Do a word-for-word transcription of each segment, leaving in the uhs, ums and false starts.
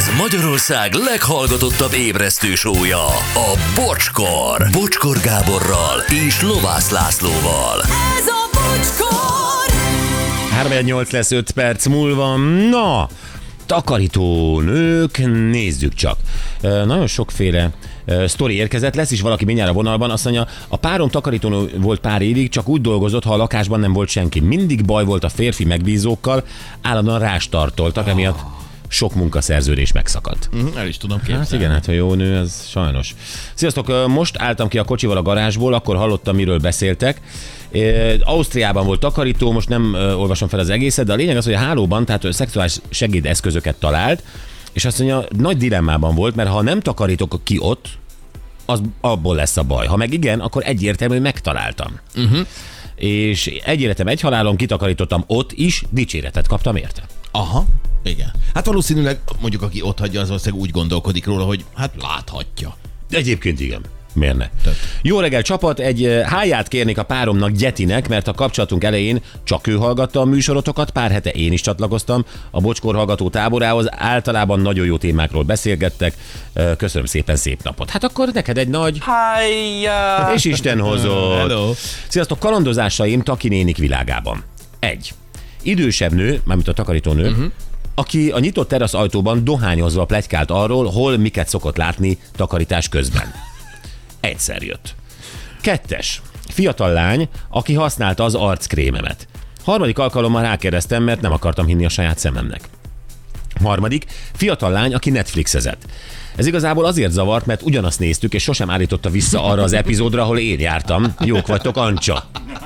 Ez Magyarország leghallgatottabb ébresztő show-ja, a Bocskor. Bocskor Gáborral és Lovász Lászlóval. Ez a Bocskor! három nyolc lesz öt perc múlva. Na, takarítónők, nézzük csak. Nagyon sokféle sztori érkezett, lesz is valaki mindjárt a vonalban, azt mondja, a párom takarítónő volt pár évig, csak úgy dolgozott, ha a lakásban nem volt senki. Mindig baj volt a férfi megbízókkal, állandóan rástartoltak, emiatt sok munkaszerződés megszakadt. Uh-huh, el is tudom képzelni. Hát igen, hát ha jó nő, az sajnos. Sziasztok, most álltam ki a kocsival a garázsból, akkor hallottam, miről beszéltek. Ausztriában volt takarító, most nem olvasom fel az egészet, de a lényeg az, hogy a hálóban, tehát szexuális segédeszközöket talált, és azt mondja, nagy dilemmában volt, mert ha nem takarítok ki ott, az abból lesz a baj. Ha meg igen, akkor egyértelmű, hogy megtaláltam. Uh-huh. És egy életem, egy halálom, kitakarítottam ott is, dicséretet kaptam érte. Aha, igen. Hát valószínűleg mondjuk, aki ott hagyja, az valószínűleg úgy gondolkodik róla, hogy hát láthatja. Egyébként igen. Miért ne? Tehát. Jó reggel csapat, egy háját kérnék a páromnak, Gyetinek, mert a kapcsolatunk elején csak ő hallgatta a műsorotokat, pár hete én is csatlakoztam a Bocskor hallgató táborához, általában nagyon jó témákról beszélgettek. Köszönöm szépen, szép napot. Hát akkor neked egy nagy hájá! És Isten hozott. Hello. Sziasztok, kalandozásaim Taki nénik világában. Egy. Idősebb nő, mármint a takarítónő, uh-huh. aki a nyitott terasz ajtóban dohányozva pletykált arról, hol miket szokott látni takarítás közben. Egyszer jött. Kettes. Fiatal lány, aki használta az arckrémemet. Harmadik alkalommal rákérdeztem, mert nem akartam hinni a saját szememnek. Harmadik. Fiatal lány, aki Netflixezett. Ez igazából azért zavart, mert ugyanazt néztük, és sosem állította vissza arra az epizódra, ahol én jártam. Jók vagytok, Ancsa.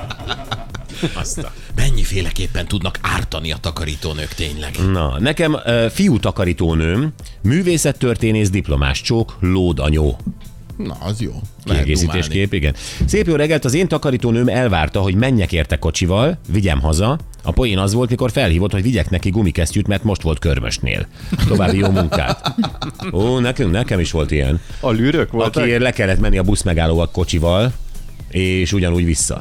Aztán. Mennyiféleképpen tudnak ártani a takarítónők tényleg? Na, nekem uh, fiú takarítónőm, művészettörténész diplomás csók, lódanyó. Na, az jó. Kiegészítéskép, igen. Szép jó reggelt, az én takarítónőm elvárta, hogy menjek érte kocsival, vigyem haza. A poén az volt, mikor felhívott, hogy vigyek neki gumikesztyűt, mert most volt Körmösnél. További jó munkát. Ó, nekünk, nekem is volt ilyen. A lűrök voltak? Akiért le kellett menni a buszmegállóval kocsival, és ugyanúgy vissza.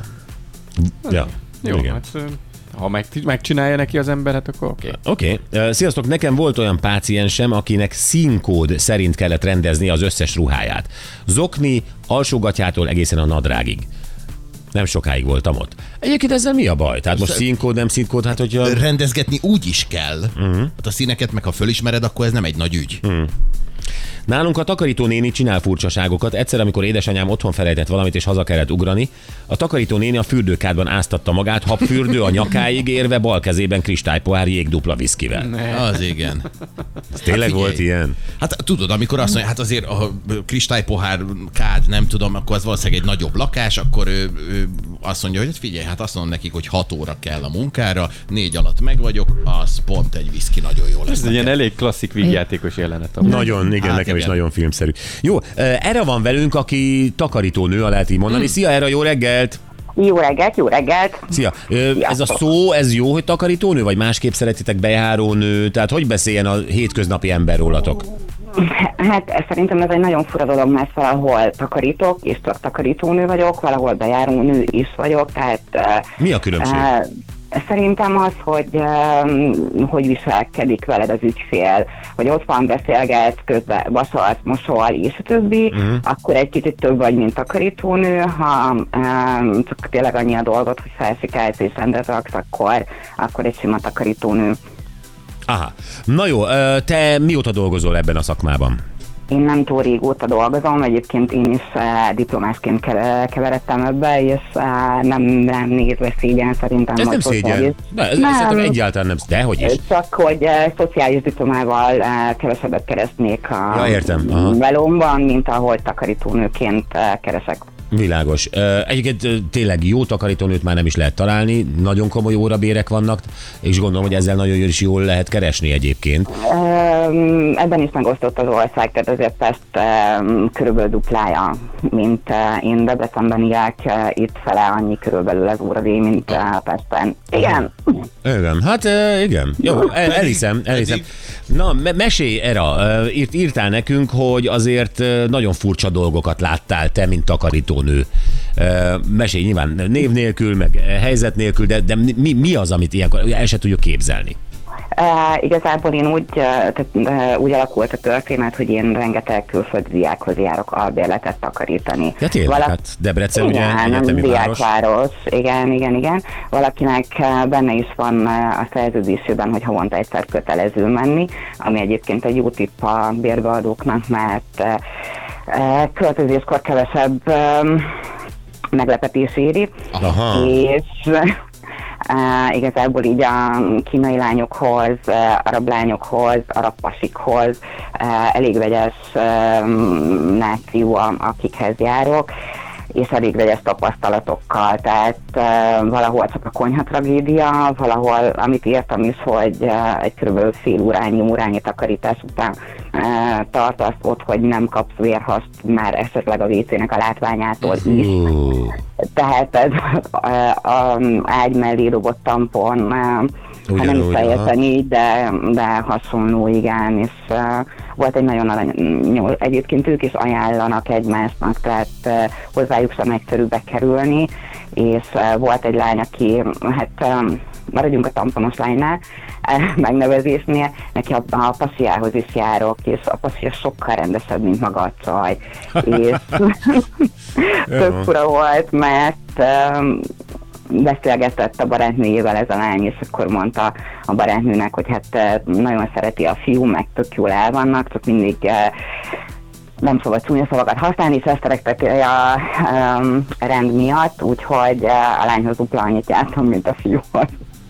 Ja, jó, igen. hát ha meg, megcsinálja neki az ember, hát akkor oké. Oké. Okay. Sziasztok, nekem volt olyan páciensem, akinek színkód szerint kellett rendezni az összes ruháját. Zokni, alsógatyától egészen a nadrágig. Nem sokáig voltam ott. Egyébként ezzel mi a baj? Tehát most színkód, nem színkód, hát hogyha... Rendezgetni úgy is kell. Uh-huh. Hát a színeket meg ha fölismered, akkor ez nem egy nagy ügy. Uh-huh. Nálunk a takarítónéni csinál furcsaságokat. Egyszer, amikor édesanyám otthon felejtett valamit és haza kellett ugrani, a takarítónéni a fürdőkádban áztatta magát, habfürdő a nyakáig érve, bal kezében kristálypohár jégdupla viszkivel. Ne. Az igen. Ez tényleg hát volt ilyen? Hát tudod, amikor azt mondja, hát azért a kristálypohár kád, nem tudom, akkor az valószínűleg egy nagyobb lakás, akkor ő, ő azt mondja, hogy figyelj, hát azt mondom nekik, hogy hat óra kell a munkára, négy alatt meg vagyok, az pont egy viszki nagyon jó lesz. Ez egy ilyen elég klasszik vígjátékos jelenet. Amúgy. Nagyon, igen, hát nekem igen. Is nagyon filmszerű. Jó, erre van velünk, aki takarítónő, lehet így mondani. Szia, erre jó reggelt! Jó reggelt, jó reggelt! Szia! Ez a szó, ez jó, hogy takarítónő, vagy másképp szeretitek bejárónő? Tehát hogy beszéljen a hétköznapi ember rólatok? Hát szerintem ez egy nagyon fura dolog, mert valahol takarítok, és takarítónő vagyok, valahol bejárónő is vagyok, tehát... Mi a különbség? Uh, Szerintem az, hogy um, hogy viselkedik veled az ügyfél, hogy ott van, beszélget, közben vasalt, mosol, és a többi, uh-huh. akkor egy kicsit több vagy, mint takarítónő, ha um, csak tényleg annyi a dolgot, hogy felsikelsz és rendet raksz, akkor, akkor egy sima takarítónő. Aha. Na jó, te mióta dolgozol ebben a szakmában? Én nem túl régóta dolgozom, egyébként én is uh, diplomásként keveredtem ebbe, és uh, nem, nem nézve szégyen szerintem. Ez nem szégyen. De, ez nem. Szerintem egyáltalán nem. De hogy is? Csak, hogy uh, szociális diplomával uh, kevesebbet keresnék a ja, értem. velomban, mint ahol takarítónőként uh, keresek. Világos. Egyébként tényleg jó takarítónőt már nem is lehet találni, nagyon komoly órabérek vannak, és gondolom, hogy ezzel nagyon is jól lehet keresni egyébként. Ebben is megosztott az ország, tehát azért Pest körülbelül duplája, mint én Debrecenben élek, itt fele annyi körülbelül az óradíj, mint Pesten. Igen. Igen, hát igen. Jó, el, elhiszem, elhiszem. Na, me- mesélj, Era, írt, írtál nekünk, hogy azért nagyon furcsa dolgokat láttál te, mint takarítónő. Mesélj nyilván név nélkül, meg helyzet nélkül, de, de mi, mi az, amit ilyenkor el se tudjuk képzelni? Uh, igazából én úgy, uh, tehát, uh, úgy alakult a történet, hogy én rengeteg külföldi diákhoz járok albérletet takarítani. Ja tényleg, Valak... hát Debrecen ugye igen, egyetemi város. diákváros, igen, igen, igen. Valakinek uh, benne is van uh, a szerződésében, hogy havonta egyszer kötelező menni, ami egyébként egy jó tipp a bérbeadóknak, mert uh, uh, költözéskor kevesebb um, meglepetés éri. Aha. És Uh, igazából így a kínai lányokhoz, uh, arab lányokhoz, arab pasikhoz uh, elég vegyes uh, náció, akikhez járok, és elég vegyes tapasztalatokkal, tehát uh, valahol csak a konyha tragédia, valahol, amit értem is, hogy uh, egy kb. Fél órányi, órányi takarítás után uh, tartasz ott, hogy nem kapsz vérhast már esetleg a vécének a látványától is. Uh. Tehát ez az ágy mellé dobott tampon, ha nem is teljesen így, de, de hasonló, igen, és uh, volt egy nagyon aranyos, egyébként ők is ajánlanak egymásnak, tehát uh, hozzájuk sem egyszerű bekerülni, és uh, volt egy lány, aki, hát um, maradjunk a tamponos lánynál, uh, megnevezésnél, neki a, a pasiához is járok, és a pasia sokkal rendesebb, mint maga a csaj, és tök fura volt, mert um, beszélgetett a barátnőjével ez a lány, és akkor mondta a barátnőnek, hogy hát nagyon szereti a fiú, meg tök jól el vannak, csak mindig nem szabad csúnya szavakat használni, és ezt terekteti a um, rend miatt, úgyhogy a lányhoz dupla annyit jártam, mint a fiúhoz.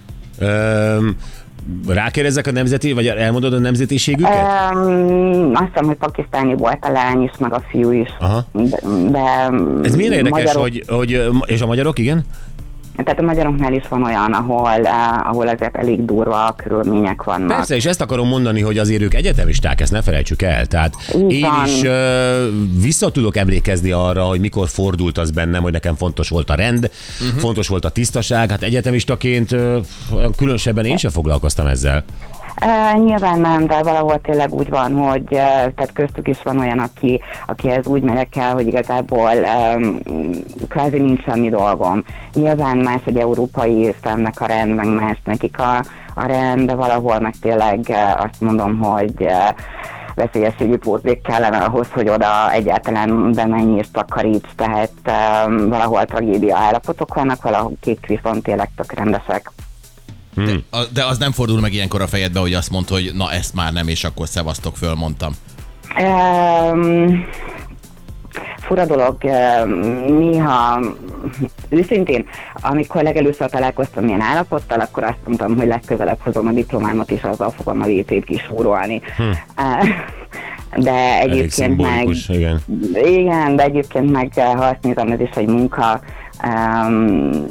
Um, rákérdezek a nemzeti, vagy elmondod a nemzetiségüket? Um, azt hiszem, hogy pakisztáni volt a lány is, meg a fiú is. Aha. De, de ez milyen érdekes, magyarok... hogy, hogy, és a magyarok, igen? Tehát a magyaroknál is van olyan, ahol, uh, ahol azért elég durva körülmények vannak. Persze, és ezt akarom mondani, hogy azért ők egyetemisták, ezt ne felejtsük el. Tehát Így én van. is uh, vissza tudok emlékezni arra, hogy mikor fordult az bennem, hogy nekem fontos volt a rend, uh-huh. fontos volt a tisztaság. Hát egyetemistaként uh, különösebben én sem foglalkoztam ezzel. Uh, nyilván nem, de valahol tényleg úgy van, hogy uh, tehát köztük is van olyan, aki, akihez úgy megyek el, hogy igazából um, kvázi nincs semmi dolgom. Nyilván más egy európai szemnek a rend, meg más nekik a, a rend, de valahol meg tényleg uh, azt mondom, hogy uh, veszélyességi pótlék kellene ahhoz, hogy oda egyáltalán bemenj és takaríts, tehát um, valahol tragédia állapotok vannak, valahol két viszont tényleg tök rendesek. Hmm. De, de az nem fordul meg ilyenkor a fejedbe, hogy azt mondd, hogy na ezt már nem, és akkor szevasztok, fölmondtam. Um, fura dolog, néha őszintén, amikor legelőször találkoztam ilyen állapottal, akkor azt mondtam, hogy legközelebb hozom a diplomámat, és azzal fogom a vétét kisúrolni. Hmm. De egyébként meg... igen. Igen, de egyébként meg, ha azt nézem, ez is egy munka, um,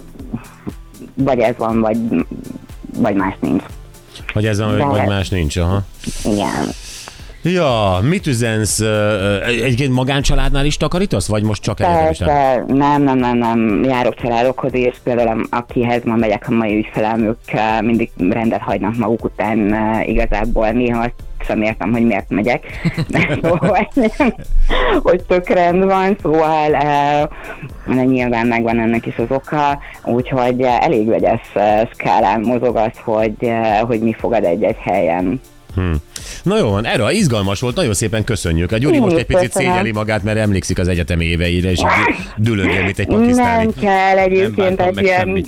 vagy ez van, vagy, vagy más nincs. Vagy ez van, De... vagy más nincs, aha. Igen. Ja, mit üzensz? Egyébként magáncsaládnál is takarítasz, vagy most csak egyetemisten? Persze, nem, nem, nem, nem, járok családokhoz, és például akihez ma megyek, a mai ügyfelem, ők mindig rendet hagynak maguk után, igazából néha azt sem értem, hogy miért megyek, de szóval, hogy tök rend van, szóval de nyilván megvan ennek is az oka, úgyhogy elég vegyes skálán mozog az, hogy, hogy mi fogad egy-egy helyen. Hmm. Na jó van, erre izgalmas volt, nagyon szépen köszönjük. A Gyuri most egy picit szégyeli magát, mert emlékszik az egyetemi éveire, és dülöngél, mint egy pakisztáni. Nem kell egyébként egy ilyen...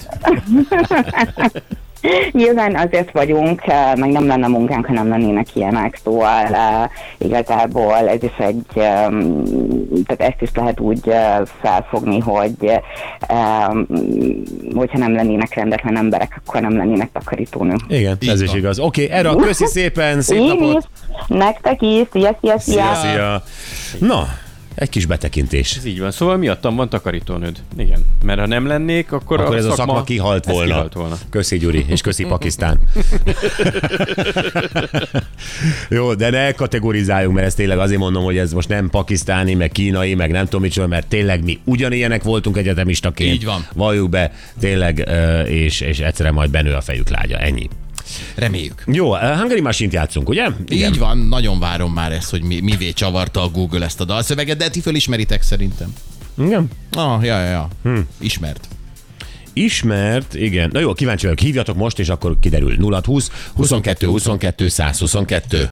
Nyilván azért vagyunk, meg nem lenne munkánk, ha nem lennének ilyenek, szóval uh, igazából ez is egy, um, tehát ezt is lehet úgy uh, felfogni, hogy um, hogyha nem lennének rendetlen emberek, akkor nem lennének takarítónők. Igen, ez is igaz. Oké, okay, erre köszi szépen, szép Én napot! Is. Nektek is, szia, szia, szia! Szia, szia! Na, egy kis betekintés. Ez így van, szóval miattam van takarítónőd. Igen, mert ha nem lennék, akkor, akkor a ez szakma, a szakma kihalt volna. kihalt volna. Köszi Gyuri, és köszi Pakisztán. Jó, de ne kategorizáljunk, mert ezt tényleg azért mondom, hogy ez most nem pakisztáni, meg kínai, meg nem tudom micsoda, mert tényleg mi ugyanilyenek voltunk egyetemistaként. Így van. Valljuk be, tényleg, és, és egyszerűen majd benő a fejük lágya. Ennyi. Reméljük. Jó, Hungary Machine-t játszunk, ugye? Igen. Így van, nagyon várom már ezt, hogy mi, mivé csavarta a Google ezt a dalszöveget, de ti fölismeritek szerintem. Igen? Ah, ja, ja, ja. Hm. Ismert. ismert, igen. Na jó, kíváncsi vagyok, hívjatok most, és akkor kiderül. nulla húsz huszonkettő huszonkettő száz huszonkettő.